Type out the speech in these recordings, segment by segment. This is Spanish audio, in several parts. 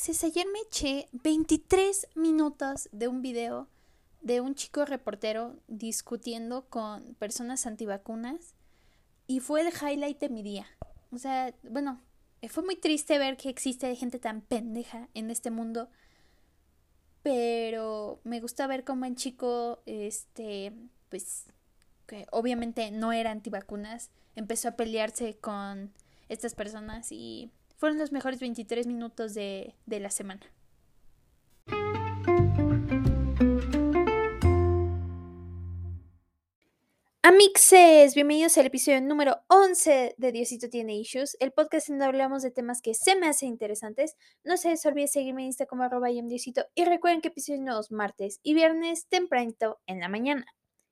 Amixes, ayer me eché 23 minutos de un video de un chico reportero discutiendo con personas antivacunas y fue el highlight de mi día. O sea, bueno, fue muy triste ver que existe gente tan pendeja en este mundo, pero me gusta ver cómo el chico, pues, que obviamente no era antivacunas, empezó a pelearse con estas personas y fueron los mejores 23 minutos de la semana. Amixes, bienvenidos al episodio número 11 de Diosito Tiene Issues, el podcast en donde hablamos de temas que se me hacen interesantes. No se les olvide seguirme en Insta como @yamdiosito y recuerden que episodios nuevos martes y viernes tempranito en la mañana.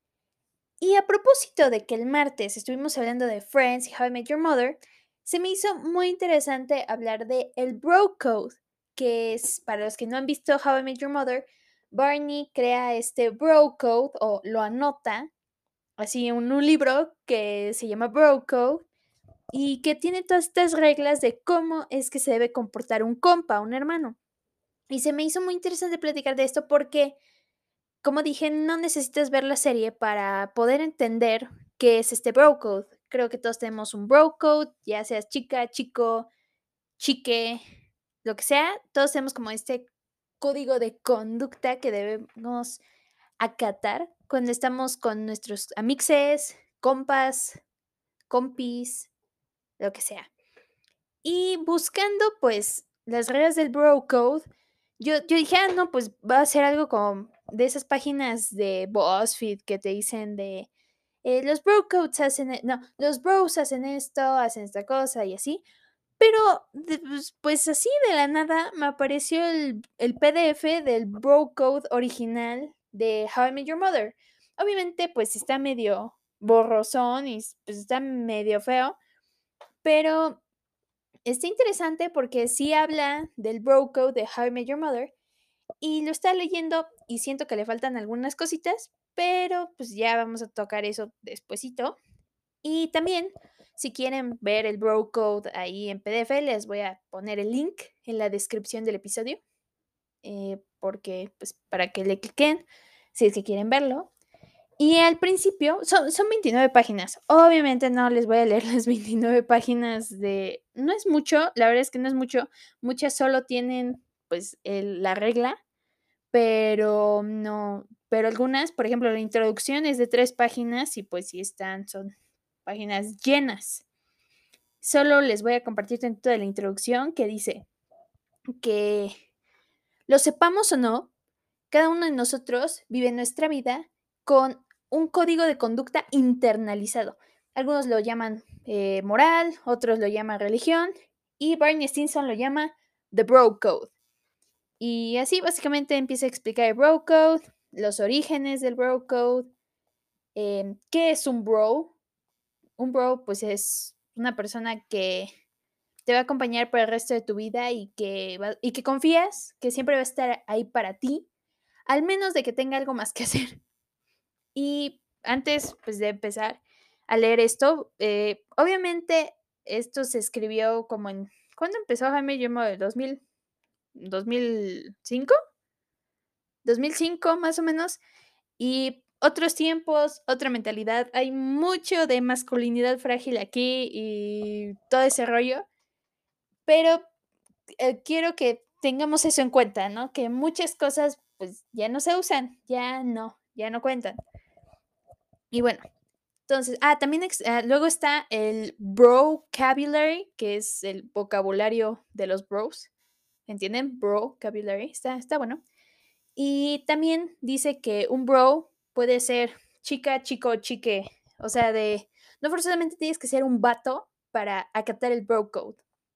Y a propósito de que el martes estuvimos hablando de Friends y How I Met Your Mother, se me hizo muy interesante hablar de el Bro Code, que es, para los que no han visto How I Met Your Mother, Barney crea este Bro Code o lo anota así en un libro que se llama Bro Code y que tiene todas estas reglas de cómo es que se debe comportar un compa, un hermano. Y se me hizo muy interesante platicar de esto porque, como dije, no necesitas ver la serie para poder entender qué es este Bro Code. Creo que todos tenemos un Bro Code, ya seas chica, chico, chique, lo que sea, todos tenemos como este código de conducta que debemos acatar cuando estamos con nuestros amixes, compas, compis, lo que sea. Y buscando, pues, las reglas del Bro Code, yo dije, no, pues va a ser algo como de esas páginas de BuzzFeed que te dicen de los Bro Codes hacen, no, los Bros hacen esto, hacen esta cosa y así. Pero, pues así de la nada me apareció el PDF del Bro Code original de How I Met Your Mother. Obviamente, pues está medio borrosón y pues está medio feo, pero está interesante porque sí habla del Bro Code de How I Met Your Mother y lo está leyendo y siento que le faltan algunas cositas, pero pues ya vamos a tocar eso despuesito. Y también, si quieren ver el Bro Code ahí en PDF, les voy a poner el link en la descripción del episodio, porque, pues, para que le cliquen si es que quieren verlo. Y al principio, son 29 páginas. Obviamente no les voy a leer las 29 páginas de... No es mucho, la verdad es que no es mucho. Muchas solo tienen, pues, la regla, pero no... Pero algunas, por ejemplo, la introducción es de 3 páginas y pues sí son páginas llenas. Solo les voy a compartir dentro de la introducción que dice que lo sepamos o no, cada uno de nosotros vive nuestra vida con un código de conducta internalizado. Algunos lo llaman moral, otros lo llaman religión y Barney Stinson lo llama The Bro Code. Y así básicamente empieza a explicar el Bro Code, los orígenes del Bro Code, qué es un bro. Un bro pues es una persona que te va a acompañar por el resto de tu vida y que confías que siempre va a estar ahí para ti, al menos de que tenga algo más que hacer. Y antes, pues, de empezar a leer esto, obviamente esto se escribió como en... ¿Cuándo empezó Jaime Yomo? ¿2005? 2005 más o menos. Y otros tiempos, otra mentalidad. Hay mucho de masculinidad frágil aquí y todo ese rollo. Pero quiero que tengamos eso en cuenta, ¿no? Que muchas cosas pues ya no se usan, ya no cuentan. Y bueno, entonces, también luego está el vocabulary, que es el vocabulario de los bros, ¿entienden? Vocabulary, está bueno. Y también dice que un bro puede ser chica, chico, chique, o sea, no forzosamente tienes que ser un vato para acatar el bro code.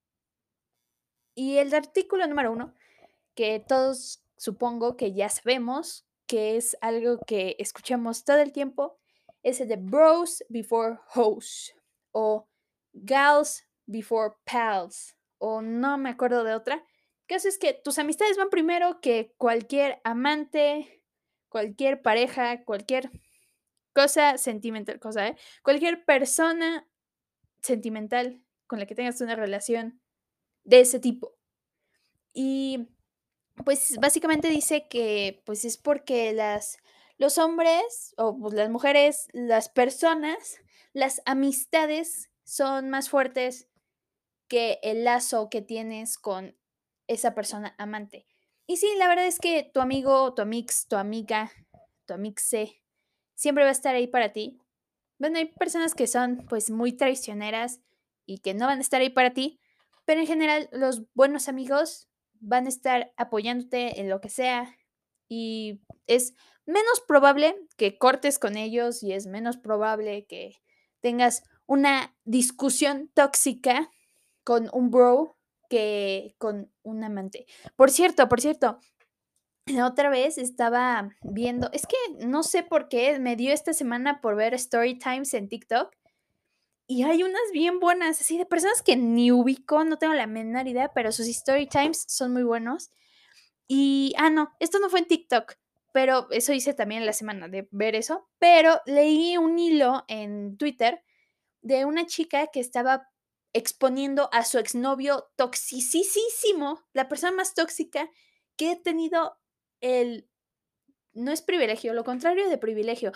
Y el artículo número 1, que todos supongo que ya sabemos que es algo que escuchamos todo el tiempo, es el de bros before hoes o gals before pals o no me acuerdo de otra. El caso es que tus amistades van primero que cualquier amante, cualquier pareja, cualquier cosa sentimental, cualquier persona sentimental con la que tengas una relación de ese tipo. Y pues básicamente dice que pues es porque los hombres o pues, las mujeres, las personas, las amistades son más fuertes que el lazo que tienes con esa persona amante. Y sí, la verdad es que tu amigo, tu amix, tu amiga, tu amixe, siempre va a estar ahí para ti. Bueno, hay personas que son pues muy traicioneras y que no van a estar ahí para ti, pero en general los buenos amigos van a estar apoyándote en lo que sea y es menos probable que cortes con ellos y es menos probable que tengas una discusión tóxica con un bro que con un amante. Por cierto, la otra vez estaba viendo, es que no sé por qué me dio esta semana por ver story times en TikTok y hay unas bien buenas, así de personas que ni ubico, no tengo la menor idea, pero sus story times son muy buenos. Y, no, esto no fue en TikTok, pero eso hice también la semana de ver eso, pero leí un hilo en Twitter de una chica que estaba exponiendo a su exnovio toxicísimo, la persona más tóxica que he tenido el, no es privilegio, lo contrario de privilegio,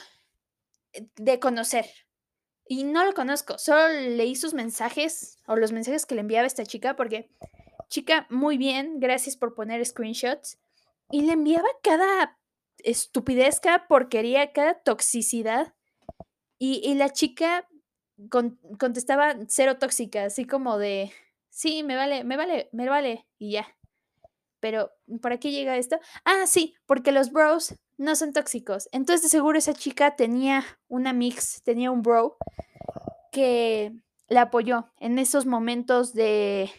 de conocer. Y no lo conozco, solo leí sus mensajes o los mensajes que le enviaba esta chica porque, chica, muy bien, gracias por poner screenshots. Y le enviaba cada estupidez, cada porquería, cada toxicidad. Y la chica contestaba cero tóxica, así como de, sí, me vale, me vale, me vale, y ya. Pero, ¿para qué llega esto? Sí, porque los bros no son tóxicos. Entonces, de seguro esa chica tenía una mix, tenía un bro que la apoyó en esos momentos de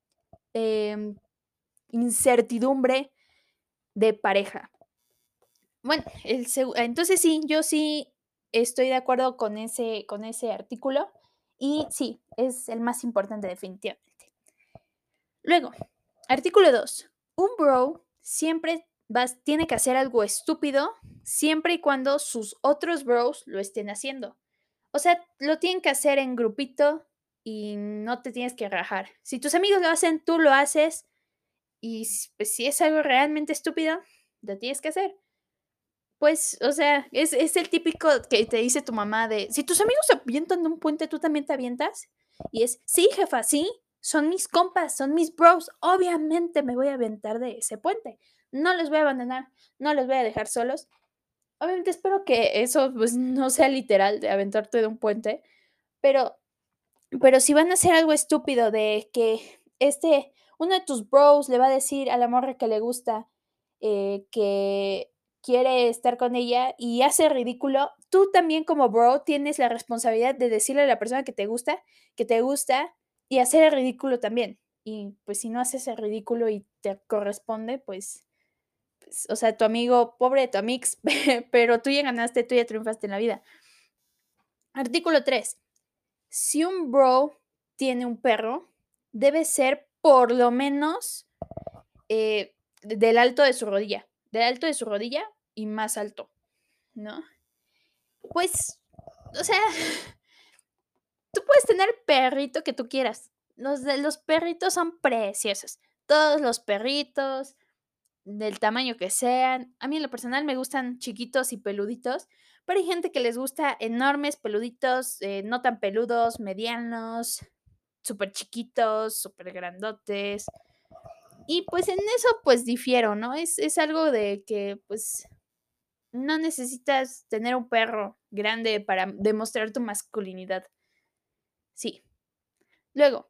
em, incertidumbre de pareja. Bueno, entonces sí, yo sí estoy de acuerdo con ese artículo y sí, es el más importante definitivamente. Luego, artículo 2. Un bro siempre tiene que hacer algo estúpido siempre y cuando sus otros bros lo estén haciendo. O sea, lo tienen que hacer en grupito y no te tienes que rajar. Si tus amigos lo hacen, tú lo haces y pues, si es algo realmente estúpido, lo tienes que hacer. Pues, o sea, es el típico que te dice tu mamá de, si tus amigos se avientan de un puente, ¿tú también te avientas? Y es, sí, jefa, sí, son mis compas, son mis bros, obviamente me voy a aventar de ese puente. No les voy a abandonar, no los voy a dejar solos. Obviamente espero que eso pues no sea literal de aventarte de un puente, pero si van a hacer algo estúpido de que uno de tus bros le va a decir a la morra que le gusta que quiere estar con ella y hace ridículo, tú también como bro tienes la responsabilidad de decirle a la persona que te gusta y hacer el ridículo también. Y pues si no haces el ridículo y te corresponde, pues, o sea, tu amigo, pobre de tu amix, pero tú ya ganaste, tú ya triunfaste en la vida. Artículo 3. Si un bro tiene un perro, debe ser por lo menos del alto de su rodilla. Del alto de su rodilla y más alto, ¿no? Pues, o sea, tú puedes tener perrito que tú quieras. Los perritos son preciosos. Todos los perritos, del tamaño que sean. A mí en lo personal me gustan chiquitos y peluditos, pero hay gente que les gusta enormes, peluditos, no tan peludos, medianos, súper chiquitos, súper grandotes. Y pues en eso pues difiero, ¿no? Es algo de que pues no necesitas tener un perro grande para demostrar tu masculinidad. Sí. Luego,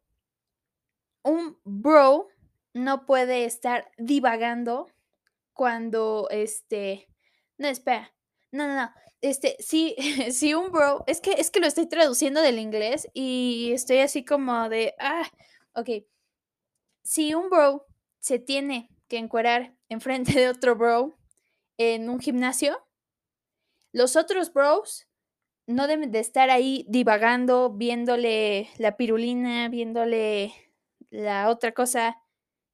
un bro no puede estar divagando cuando no, espera. No, no, no. Sí, sí, un bro. Es que lo estoy traduciendo del inglés y estoy así como de. Ok. Si un bro se tiene que encuerar enfrente de otro bro en un gimnasio, los otros bros no deben de estar ahí divagando, viéndole la pirulina, viéndole la otra cosa.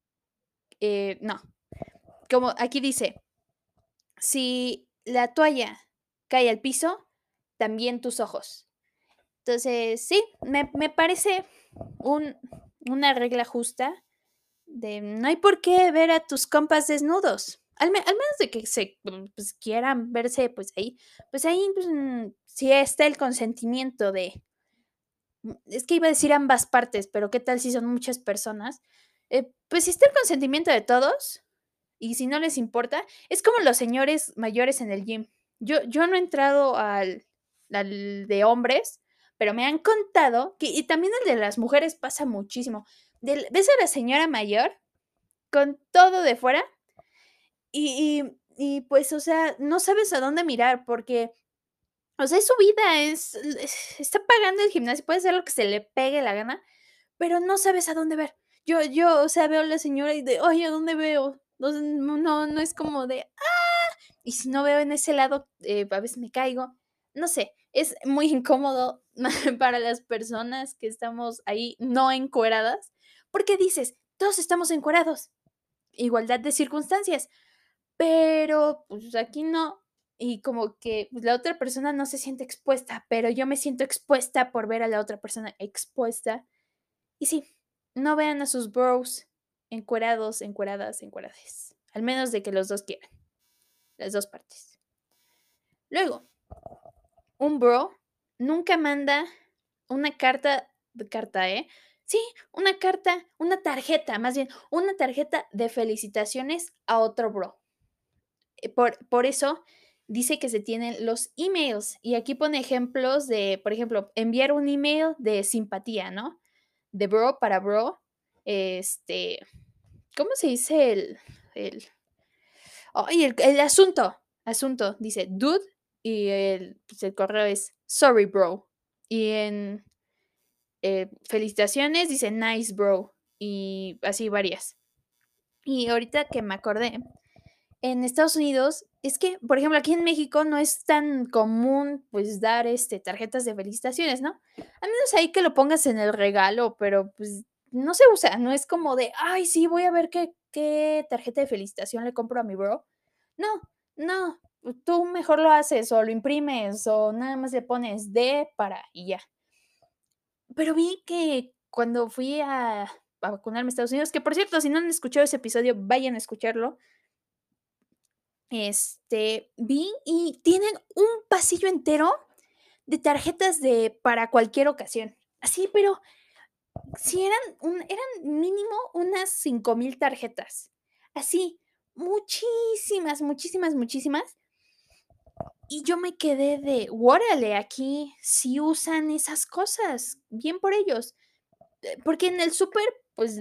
No. Como aquí dice, si la toalla cae al piso, también tus ojos. Entonces, sí, me parece una regla justa de no hay por qué ver a tus compas desnudos. Al menos de que se pues, quieran verse, pues ahí sí está el consentimiento de, es que iba a decir ambas partes, pero ¿qué tal si son muchas personas? Pues si está el consentimiento de todos, y si no les importa, es como los señores mayores en el gym. Yo no he entrado al de hombres, pero me han contado que, y también el de las mujeres pasa muchísimo. ¿Ves a la señora mayor con todo de fuera? Y pues, o sea, no sabes a dónde mirar porque, o sea, es su vida, está pagando el gimnasio, puede hacer lo que se le pegue la gana, pero no sabes a dónde ver. O sea, veo a la señora y de, oye, ¿a dónde veo? No es como de, y si no veo en ese lado, a veces me caigo. No sé, es muy incómodo para las personas que estamos ahí no encueradas, porque dices, todos estamos encuerados, igualdad de circunstancias, pero pues aquí no. Y como que pues, la otra persona no se siente expuesta, pero yo me siento expuesta por ver a la otra persona expuesta. Y sí, no vean a sus bros encuerados, encueradas, encuerades. Al menos de que los dos quieran, las dos partes. Luego, un bro nunca manda una carta, ¿eh? Sí, una carta, una tarjeta, más bien, una tarjeta de felicitaciones a otro bro. Por eso dice que se tienen los emails. Y aquí pone ejemplos de, por ejemplo, enviar un email de simpatía, ¿no? De bro para bro. Este, ¿cómo se dice el, ay, el asunto? Asunto, dice dude y pues el correo es sorry bro. Y en felicitaciones dice nice bro. Y así varias. Y ahorita que me acordé, en Estados Unidos, es que, por ejemplo, aquí en México no es tan común, pues, dar, tarjetas de felicitaciones, ¿no? A menos ahí que lo pongas en el regalo, pero, pues, no se usa, no es como de, ay, sí, voy a ver qué tarjeta de felicitación le compro a mi bro. No, no, tú mejor lo haces o lo imprimes o nada más le pones de para y ya. Pero vi que cuando fui a vacunarme a Estados Unidos, que por cierto, si no han escuchado ese episodio, vayan a escucharlo. Vi y tienen un pasillo entero de tarjetas de para cualquier ocasión. Así, pero si eran mínimo unas 5,000 tarjetas. Así, muchísimas, muchísimas, muchísimas. Y yo me quedé de, órale, aquí sí usan esas cosas. Bien por ellos. Porque en el súper, pues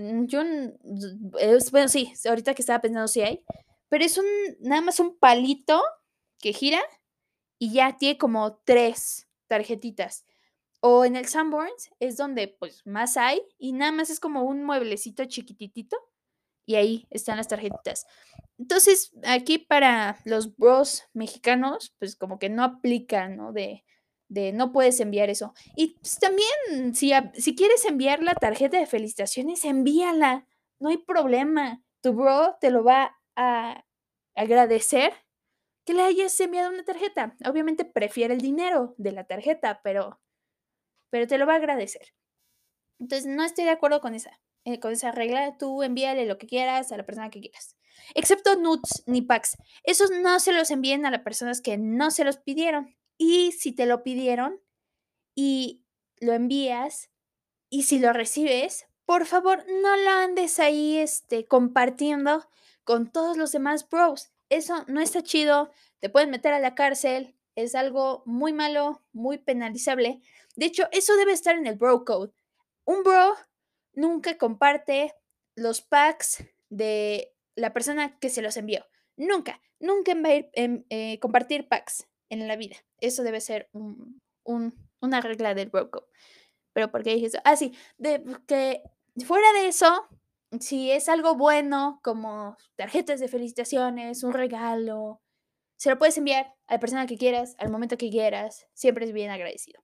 bueno, sí, ahorita que estaba pensando sí hay, pero es nada más un palito que gira y ya tiene como 3 tarjetitas. O en el Sanborns es donde, pues, más hay y nada más es como un mueblecito chiquititito y ahí están las tarjetitas. Entonces, aquí para los bros mexicanos, pues, como que no aplica, ¿no? De no puedes enviar eso. Y, pues, también si quieres enviar la tarjeta de felicitaciones, envíala, no hay problema. Tu bro te lo va a agradecer que le hayas enviado una tarjeta. Obviamente prefiere el dinero de la tarjeta, pero te lo va a agradecer. Entonces, no estoy de acuerdo con esa regla. Tú envíale lo que quieras a la persona que quieras. Excepto nudes ni packs. Esos no se los envíen a las personas que no se los pidieron. Y si te lo pidieron y lo envías y si lo recibes, por favor, no lo andes ahí compartiendo con todos los demás bros. Eso no está chido, te pueden meter a la cárcel, es algo muy malo, muy penalizable. De hecho, eso debe estar en el bro code. Un bro nunca comparte los packs de la persona que se los envió. Nunca, nunca va a ir, compartir packs en la vida. Eso debe ser una regla del bro code. Pero ¿por qué dije eso? Ah, sí, de que fuera de eso, si es algo bueno, como tarjetas de felicitaciones, un regalo, se lo puedes enviar a la persona que quieras, al momento que quieras, siempre es bien agradecido.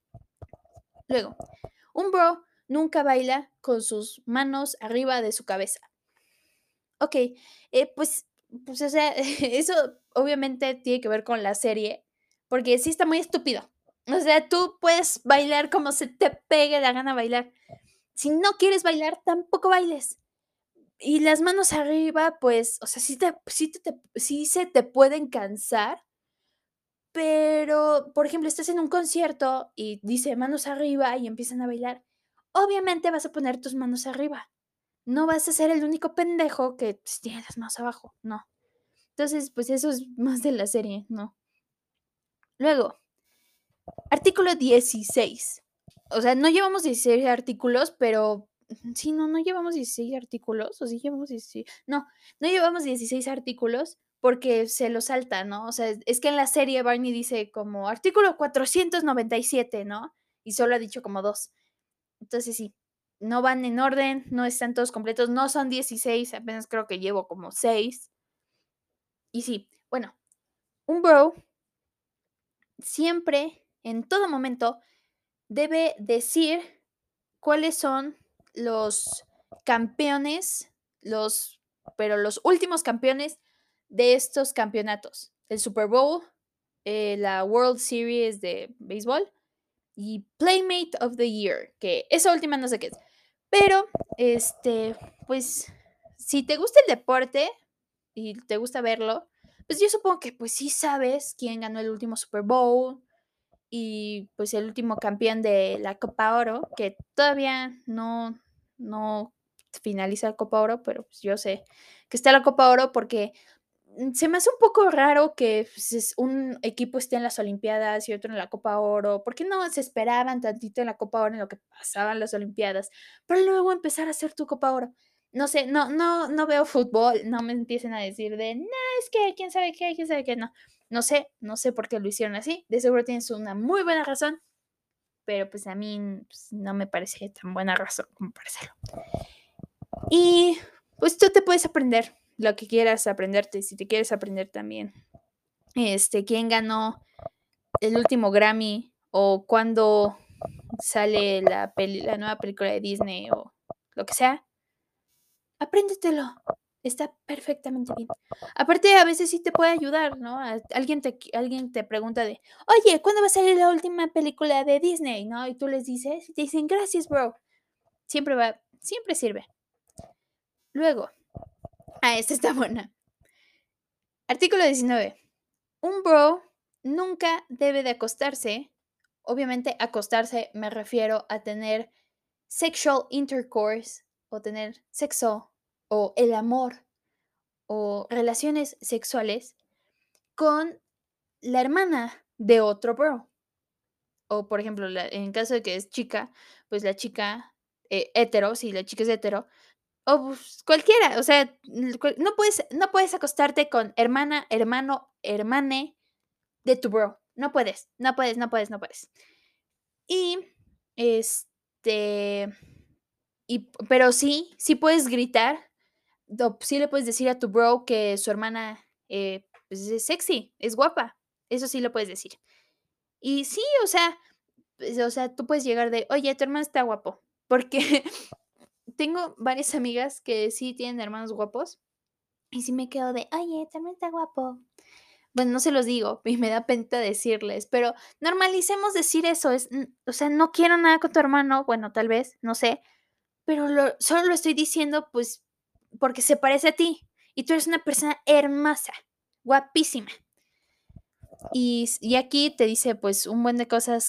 Luego, un bro nunca baila con sus manos arriba de su cabeza. Ok, pues, o sea, eso obviamente tiene que ver con la serie, porque sí está muy estúpido. O sea, tú puedes bailar como se te pegue la gana bailar. Si no quieres bailar, tampoco bailes. Y las manos arriba, pues, o sea, sí se te pueden cansar, pero, por ejemplo, estás en un concierto y dice manos arriba y empiezan a bailar. Obviamente vas a poner tus manos arriba. No vas a ser el único pendejo que pues, tiene las manos abajo, no. Entonces, pues eso es más de la serie, ¿no? Luego, artículo 16. O sea, no llevamos 16 artículos, pero sí, no llevamos 16 artículos, o sí llevamos 16. No llevamos 16 artículos porque se lo salta, ¿no? O sea, es que en la serie Barney dice como artículo 497, ¿no? Y solo ha dicho como dos. Entonces sí, no van en orden, no están todos completos, no son 16, apenas creo que llevo como 6. Y sí, bueno, un bro siempre, en todo momento, debe decir cuáles son los campeones, pero los últimos campeones de estos campeonatos. El Super Bowl, la World Series de béisbol y Playmate of the Year, que esa última no sé qué es. Pero, pues, si te gusta el deporte y te gusta verlo, pues yo supongo que pues sí sabes quién ganó el último Super Bowl, y pues el último campeón de la Copa Oro, que todavía no finaliza la Copa Oro, pero pues yo sé que está la Copa Oro porque se me hace un poco raro que pues, un equipo esté en las Olimpiadas y otro en la Copa Oro. ¿Por qué no se esperaban tantito en la Copa Oro en lo que pasaban las Olimpiadas para luego empezar a hacer tu Copa Oro? No sé, no veo fútbol, no me empiecen a decir de, no, es que quién sabe qué, no. No sé por qué lo hicieron así. De seguro tienes una muy buena razón, pero pues a mí pues, no me parece tan buena razón como para hacerlo. Y pues tú te puedes aprender lo que quieras aprenderte, si te quieres aprender también. Quién ganó el último Grammy o cuándo sale la nueva película de Disney o lo que sea, apréndetelo. Está perfectamente bien. Aparte, a veces sí te puede ayudar, ¿no? Alguien te pregunta de, oye, ¿cuándo va a salir la última película de Disney? ¿No? Y tú les dices, y te dicen, gracias, bro. Siempre sirve. Luego, esta está buena. Artículo 19. Un bro nunca debe de acostarse. Obviamente, acostarse me refiero a tener sexual intercourse o tener sexo o el amor o relaciones sexuales con la hermana de otro bro. O, por ejemplo, en caso de que es chica, pues la chica hetero, si la chica es hetero, o pues, cualquiera, o sea, no puedes acostarte con hermana, hermano, hermane de tu bro. No puedes. Y, este, pero sí puedes gritar, sí le puedes decir a tu bro que su hermana pues, es sexy, es guapa. Eso sí lo puedes decir. Y sí, o sea, tú puedes llegar de, oye, tu hermano está guapo. Porque tengo varias amigas que sí tienen hermanos guapos. Y sí me quedo de, oye, tu hermano está guapo. Bueno, no se los digo y me da pena decirles, pero normalicemos decir eso. O sea, no quiero nada con tu hermano. Bueno, tal vez, no sé. Pero solo lo estoy diciendo, pues, porque se parece a ti. Y tú eres una persona hermosa, guapísima. Y aquí te dice, pues, un buen de cosas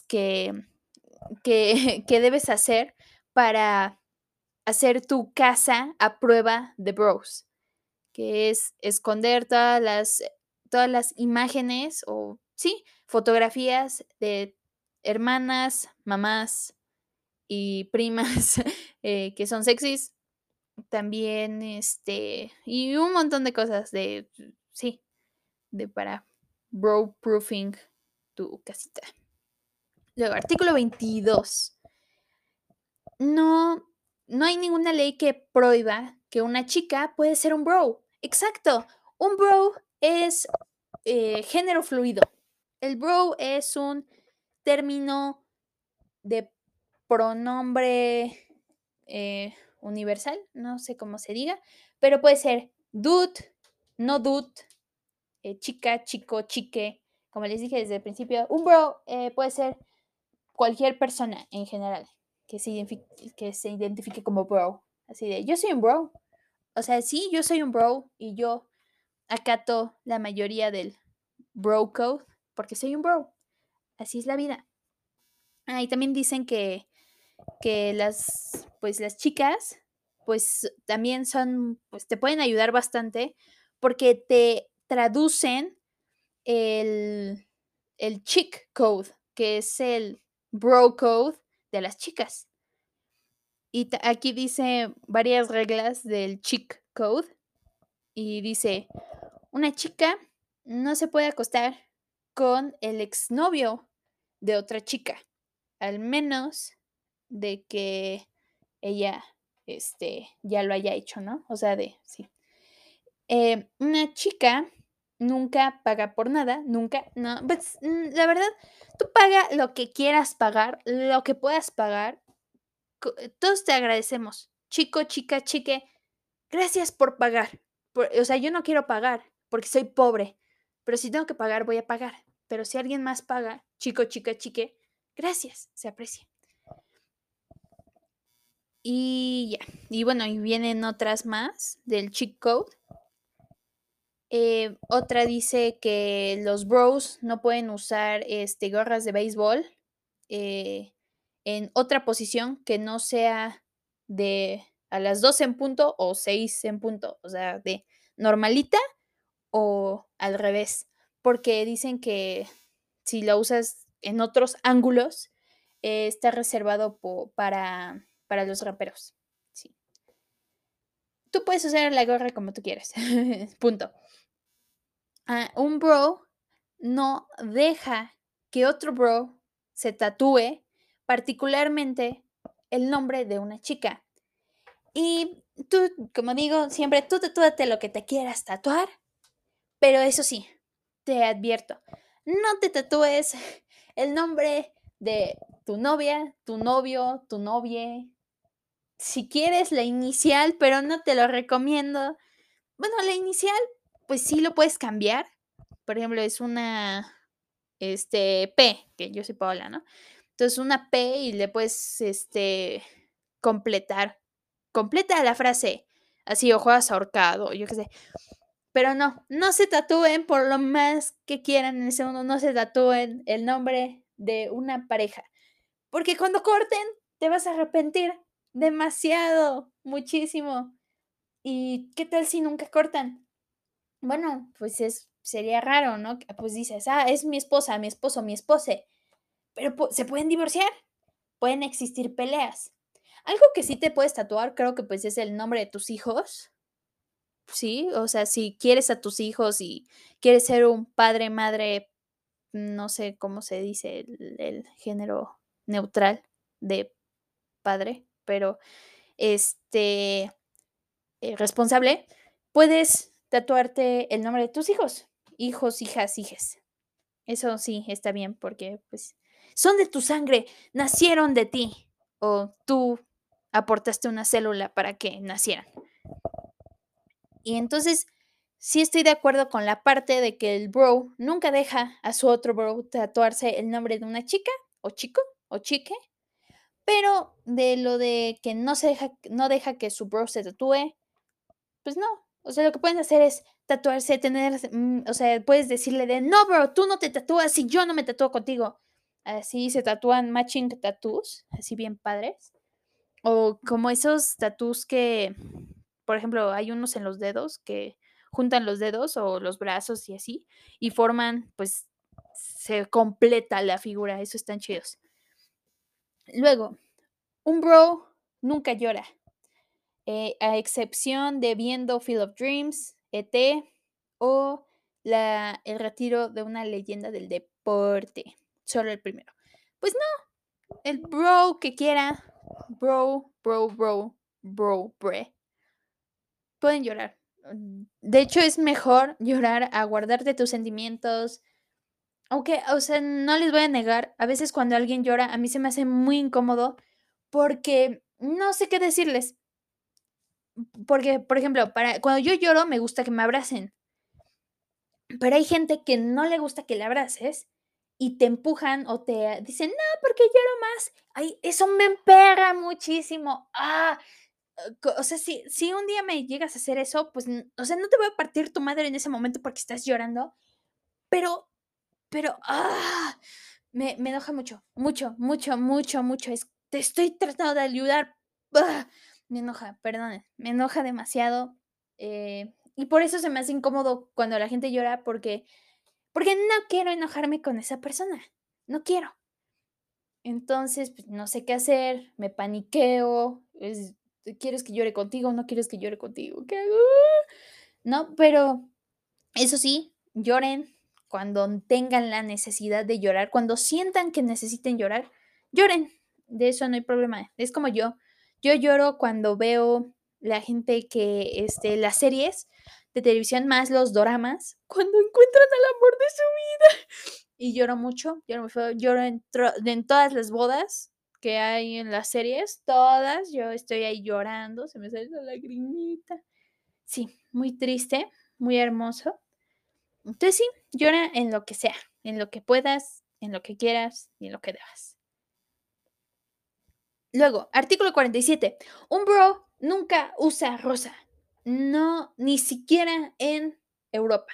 que debes hacer para hacer tu casa a prueba de bros, que es esconder todas las imágenes o, sí, fotografías de hermanas, mamás y primas que son sexys. También, y un montón de cosas sí, para bro proofing tu casita. Luego, artículo 22. No, no hay ninguna ley que prohíba que una chica puede ser un bro. Exacto. Un bro es género fluido. El bro es un término de pronombre universal, no sé cómo se diga, pero puede ser dude, no dude, chica, chico, chique. Como les dije desde el principio, un bro puede ser cualquier persona en general que se identifique como bro. Así de, yo soy un bro. O sea, sí, yo soy un bro y yo acato la mayoría del bro code porque soy un bro. Así es la vida. Ah, y también dicen que pues las chicas, pues también son, pues te pueden ayudar bastante porque te traducen el, el chick code, que es el bro code de las chicas. Y aquí dice varias reglas del chick code y dice, una chica no se puede acostar con el exnovio de otra chica, al menos de que ella ya lo haya hecho, ¿no? O sea, sí. Una chica nunca paga por nada, nunca, no, pues la verdad, tú paga lo que quieras pagar, lo que puedas pagar, todos te agradecemos, chico, chica, chique, gracias por pagar. O sea, yo no quiero pagar porque soy pobre, pero si tengo que pagar, voy a pagar. Pero si alguien más paga, chico, chica, chique, gracias, se aprecia. Y ya, y bueno, y vienen otras más del cheat code. Otra dice que los bros no pueden usar gorras de béisbol eh, en otra posición que no sea de a las 12 en punto o 6 en punto, o sea, de normalita o al revés, porque dicen que si lo usas en otros ángulos, está reservado para los raperos. Sí. Tú puedes usar la gorra como tú quieras. Punto. Un bro no deja que otro bro se tatúe particularmente el nombre de una chica. Y tú, como digo, siempre tú tatúate lo que te quieras tatuar, pero eso sí, te advierto, no te tatúes el nombre de tu novia, tu novio, tu novia. Si quieres la inicial, pero no te lo recomiendo. Bueno, la inicial, pues sí lo puedes cambiar. Por ejemplo, es una P, que yo soy Paola, ¿no? Entonces una P y le puedes completar. Completa la frase. Así, o juegas ahorcado, yo qué sé. Pero no se tatúen por lo más que quieran en ese mundo, no se tatúen el nombre de una pareja. Porque cuando corten, te vas a arrepentir demasiado, muchísimo. ¿Y qué tal si nunca cortan? Bueno, pues sería raro, ¿no? Pues dices, es mi esposa, mi esposo, mi espose. Pero se pueden divorciar, pueden existir peleas. Algo que sí te puedes tatuar, creo que pues es el nombre de tus hijos. Sí, o sea, si quieres a tus hijos y quieres ser un padre, madre, no sé cómo se dice el género neutral de padre, pero este responsable, puedes tatuarte el nombre de tus hijos, hijos, hijas, hijes. Eso sí está bien porque pues son de tu sangre, nacieron de ti o tú aportaste una célula para que nacieran. Y entonces sí estoy de acuerdo con la parte de que el bro nunca deja a su otro bro tatuarse el nombre de una chica o chico o chique, pero de lo de que no deja que su bro se tatúe, pues no. O sea, lo que pueden hacer es tatuarse, o sea, puedes decirle de, no, bro, tú no te tatúas si yo no me tatúo contigo. Así se tatúan matching tattoos, así bien padres. O como esos tattoos que, por ejemplo, hay unos en los dedos que juntan los dedos o los brazos y así, y forman, pues, se completa la figura, eso están chidos. Luego, un bro nunca llora, a excepción de viendo Field of Dreams, ET o el retiro de una leyenda del deporte. Solo el primero. Pues no, el bro que quiera, bre, pueden llorar. De hecho, es mejor llorar a guardarte tus sentimientos. Aunque, o sea, no les voy a negar, a veces cuando alguien llora, a mí se me hace muy incómodo porque no sé qué decirles. Porque, por ejemplo, cuando yo lloro, me gusta que me abracen. Pero hay gente que no le gusta que le abraces y te empujan o te dicen, no, porque lloro más. Ay, eso me emperra muchísimo. O sea, si un día me llegas a hacer eso, pues, o sea, no te voy a partir tu madre en ese momento porque estás llorando, pero pero me enoja mucho, mucho, mucho, mucho, mucho. Te estoy tratando de ayudar. Me enoja, perdón, me enoja demasiado. Y por eso se me hace incómodo cuando la gente llora, porque no quiero enojarme con esa persona. No quiero. Entonces, pues, no sé qué hacer, me paniqueo. ¿Quieres que llore contigo? ¿No quieres que llore contigo? ¿Qué hago? No, pero eso sí, lloren cuando tengan la necesidad de llorar, cuando sientan que necesiten llorar, lloren. De eso no hay problema. Es como yo. Yo lloro cuando veo la gente que, las series de televisión, más los doramas, cuando encuentran al amor de su vida. Y lloro mucho, lloro muy feo, lloro en todas las bodas que hay en las series, todas, yo estoy ahí llorando, se me sale la lagrimita. Sí, muy triste, muy hermoso. Entonces sí, llora en lo que sea, en lo que puedas, en lo que quieras y en lo que debas. Luego, artículo 47. Un bro nunca usa rosa. No, ni siquiera en Europa.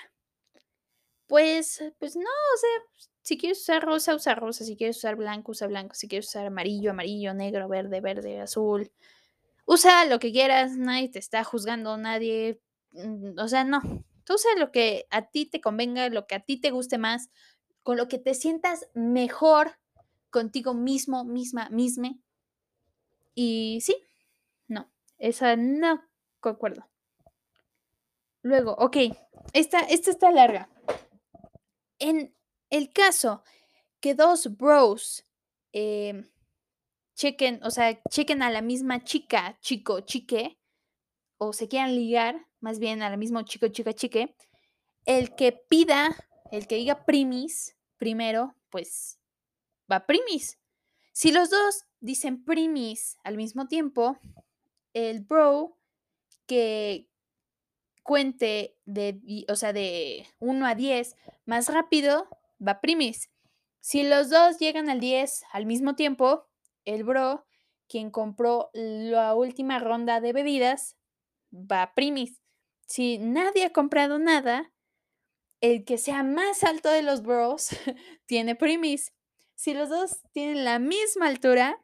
Pues no, o sea, si quieres usar rosa, usa rosa. Si quieres usar blanco, usa blanco. Si quieres usar amarillo, amarillo, negro, verde, verde, azul. Usa lo que quieras, nadie te está juzgando, nadie. O sea, no. Tú usa lo que a ti te convenga, lo que a ti te guste más, con lo que te sientas mejor contigo mismo, misma, misme. Y sí, no, esa no concuerdo. Luego, ok, esta está larga. En el caso que dos bros eh, chequen, o sea, chequen a la misma chica, chico, chique, o se quieran ligar, más bien a la misma chico, chica, chique, el que pida, el que diga primis primero, pues va primis. Si los dos dicen primis al mismo tiempo, el bro que cuente o sea, de 1 a 10 más rápido va primis. Si los dos llegan al 10 al mismo tiempo, el bro, quien compró la última ronda de bebidas, va primis. Si nadie ha comprado nada, el que sea más alto de los bros tiene primis. Si los dos tienen la misma altura,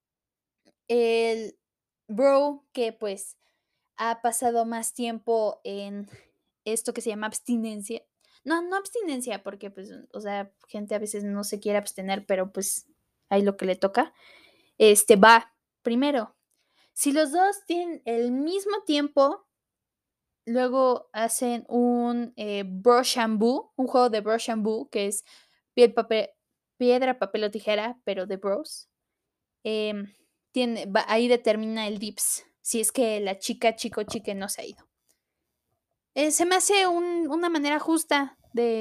el bro que pues ha pasado más tiempo en esto que se llama abstinencia. No, no abstinencia, porque pues, o sea, gente a veces no se quiere abstener, pero pues hay lo que le toca. Va primero. Si los dos tienen el mismo tiempo, luego hacen un brush and boo, un juego de brush and boo, que es piedra, papel o tijera, pero de bros. Em, ahí determina el dips, si es que la chica, chico, chique no se ha ido. Se me hace una manera justa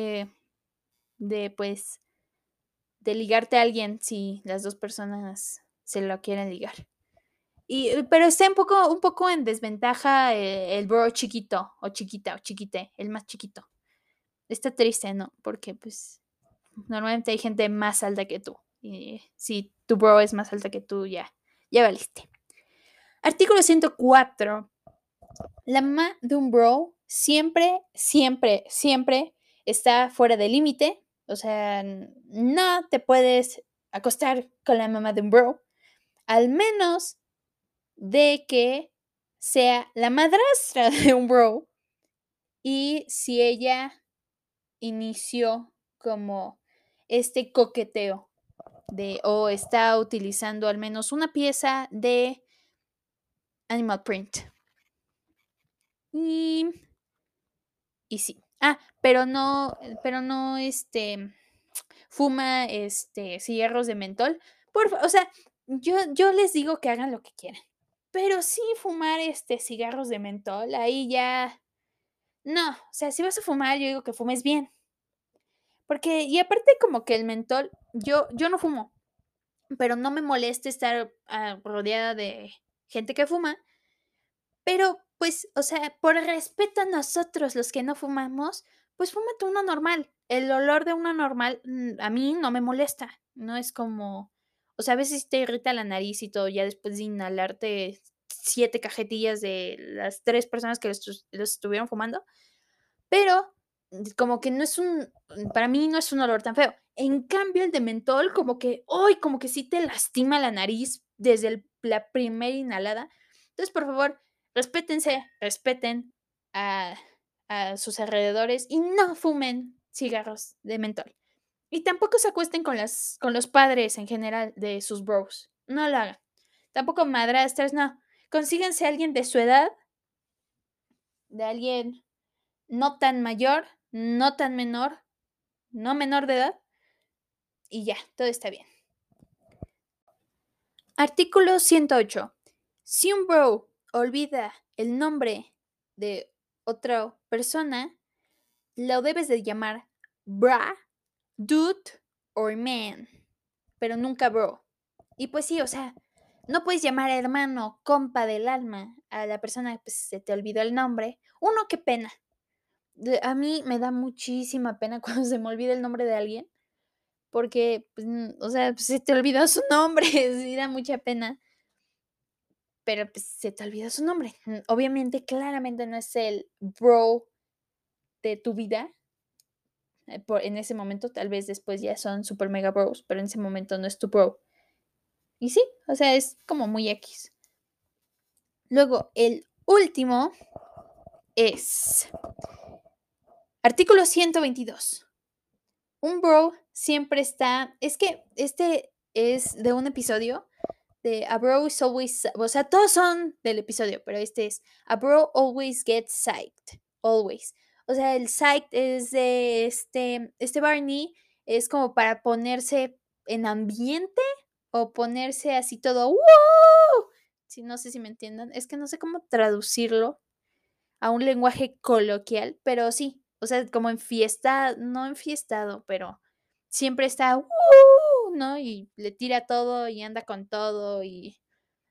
pues, de ligarte a alguien si las dos personas se lo quieren ligar. Pero está un poco en desventaja el bro chiquito, o chiquita, o chiquite, el más chiquito. Está triste, ¿no? Porque, pues, normalmente hay gente más alta que tú. Y si tu bro es más alta que tú, ya valiste. Artículo 104. La mamá de un bro siempre, siempre, siempre está fuera de límite. O sea, no te puedes acostar con la mamá de un bro, al menos de que sea la madrastra de un bro y si ella inició como este coqueteo o está utilizando al menos una pieza de Animal Print. Y sí. Pero no, fuma, cigarros de mentol. O sea, yo les digo que hagan lo que quieran. Pero sí fumar, cigarros de mentol, ahí ya, no, o sea, si vas a fumar, yo digo que fumes bien. Porque, y aparte como que el mentol, yo no fumo, pero no me molesta estar rodeada de gente que fuma. Pero, pues, o sea, por respeto a nosotros los que no fumamos, pues fúmate uno normal. El olor de uno normal, a mí no me molesta. No es como, o sea, a veces te irrita la nariz y todo, ya después de inhalarte 7 cajetillas de las 3 personas que los estuvieron fumando, pero como que no es para mí no es un olor tan feo. En cambio, el de mentol como que, ¡ay!, como que sí te lastima la nariz desde la primera inhalada. Entonces, por favor, respétense, respeten a sus alrededores y no fumen cigarros de mentol. Y tampoco se acuesten con los padres en general de sus bros. No lo hagan. Tampoco madrastras, no. Consíganse a alguien de su edad, de alguien no tan mayor, no tan menor, no menor de edad, y ya, todo está bien. Artículo 108. Si un bro olvida el nombre de otra persona, lo debes de llamar bra, dude or man, pero nunca bro. Y pues sí, o sea, no puedes llamar hermano, compa del alma a la persona, pues se te olvidó el nombre. Uno, qué pena. A mí me da muchísima pena cuando se me olvida el nombre de alguien, porque, pues, o sea, pues, se te olvidó su nombre, sí da mucha pena, pero, pues, se te olvidó su nombre. Obviamente, claramente no es el bro de tu vida, en ese momento, tal vez después ya son super mega bros, pero en ese momento no es tu bro. Y sí, o sea, es como muy X. Luego, el último es artículo 122. Un bro siempre está, es que este es de un episodio de A Bro is Always, o sea, todos son del episodio, pero este es A Bro Always Gets Psyched, Always. O sea, el psyched es de este Barney, es como para ponerse en ambiente o ponerse así todo, ¡wow! Sí, no sé si me entiendan, es que no sé cómo traducirlo a un lenguaje coloquial, pero sí, o sea, como enfiestado, no enfiestado, pero siempre está, ¿no? Y le tira todo y anda con todo y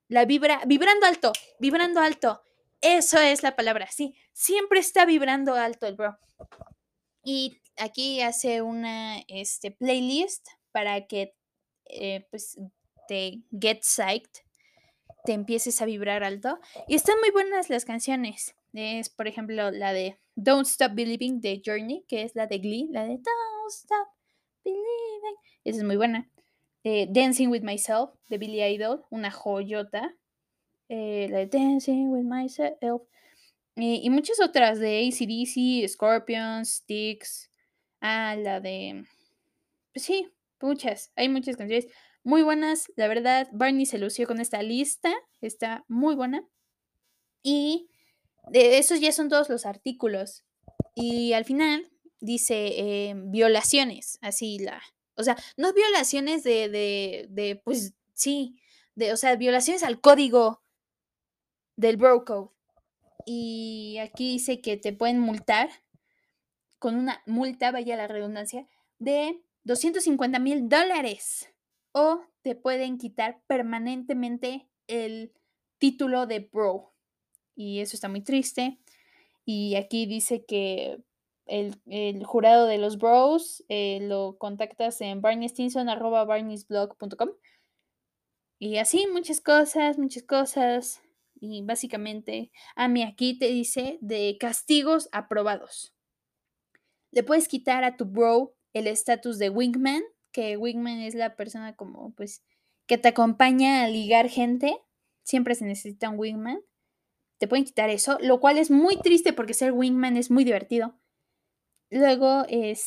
vibrando alto. Eso es la palabra, sí, siempre está vibrando alto el bro. Y aquí hace una playlist para que pues te get psyched, te empieces a vibrar alto. Y están muy buenas las canciones. Es, por ejemplo, la de Don't Stop Believing de Journey, que es la de Glee, la de Don't Stop Believing. Esa es muy buena. Dancing with Myself de Billy Idol, una joyota. La de Dancing with Myself. Y muchas otras de AC/DC, Scorpions, Styx. La de. Pues sí, muchas. Hay muchas canciones muy buenas. La verdad, Barney se lució con esta lista. Está muy buena. Y de esos ya son todos los artículos. Y al final dice violaciones. Así la. O sea, no violaciones pues sí. O sea, violaciones al código del Bro Code. Y aquí dice que te pueden multar con una multa, vaya la redundancia, de $250,000 o te pueden quitar permanentemente el título de bro. Y eso está muy triste. Y aquí dice que el jurado de los bros lo contactas en barneystinson@barneysblog.com. Y así muchas cosas, muchas cosas. Y básicamente, a mí aquí te dice de castigos aprobados. Le puedes quitar a tu bro el estatus de wingman, que wingman es la persona como pues que te acompaña a ligar gente. Siempre se necesita un wingman. Te pueden quitar eso, lo cual es muy triste porque ser wingman es muy divertido. Luego,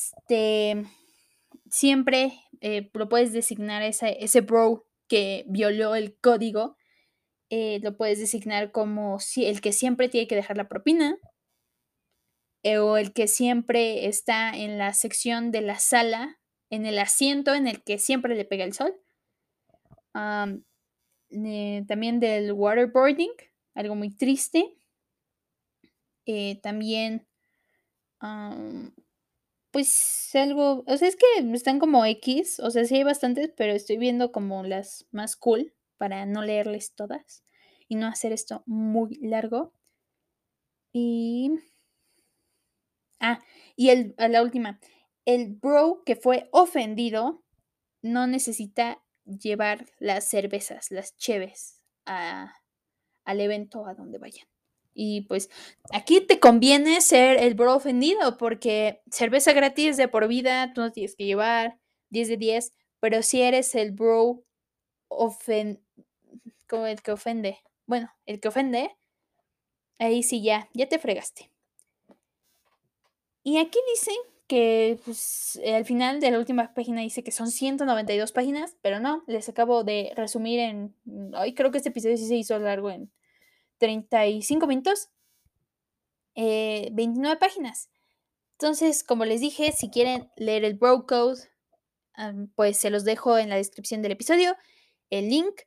siempre lo puedes designar ese bro que violó el código. Lo puedes designar como el que siempre tiene que dejar la propina. O el que siempre está en la sección de la sala, en el asiento en el que siempre le pega el sol. También del waterboarding, algo muy triste. También, pues algo, o sea, es que están como X, o sea, sí hay bastantes, pero estoy viendo como las más cool para no leerles todas y no hacer esto muy largo. Y a la última, el bro que fue ofendido no necesita llevar las cervezas, las cheves, al evento a donde vayan. Y pues aquí te conviene ser el bro ofendido porque cerveza gratis de por vida, tú no tienes que llevar 10 de 10, pero si eres el bro como el que ofende, bueno, el que ofende, ahí sí ya te fregaste. Y aquí dice que pues, al final de la última página dice que son 192 páginas, pero no, les acabo de resumir en, ay, creo que este episodio sí se hizo largo en 35 minutos, 29 páginas. Entonces, como les dije, si quieren leer el Bro Code, pues se los dejo en la descripción del episodio, el link.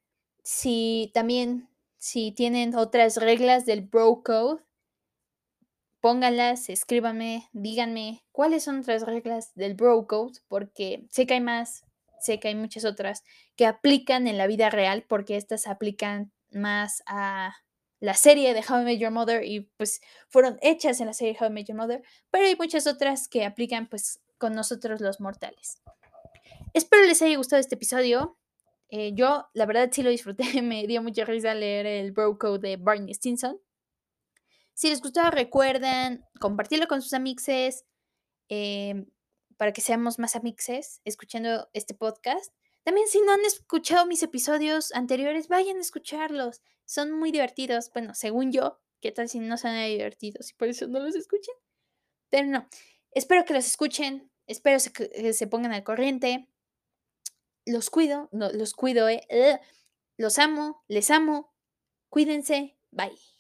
Si tienen otras reglas del Bro Code, pónganlas, escríbanme, díganme cuáles son otras reglas del Bro Code, porque sé que hay más, sé que hay muchas otras que aplican en la vida real, porque estas aplican más a la serie de How I Met Your Mother y pues fueron hechas en la serie How I Met Your Mother, pero hay muchas otras que aplican pues con nosotros los mortales. Espero les haya gustado este episodio. Yo, la verdad, sí lo disfruté. Me dio mucha risa leer el Bro Code de Barney Stinson. Si les gustó, recuerden compartirlo con sus amixes eh, para que seamos más amixes escuchando este podcast. También, si no han escuchado mis episodios anteriores, vayan a escucharlos. Son muy divertidos. Bueno, según yo, ¿qué tal si no son divertidos y por eso no los escuchen? Pero no. Espero que los escuchen. Espero que se pongan al corriente. Los cuido, no, los cuido, Los amo, les amo. Cuídense. Bye.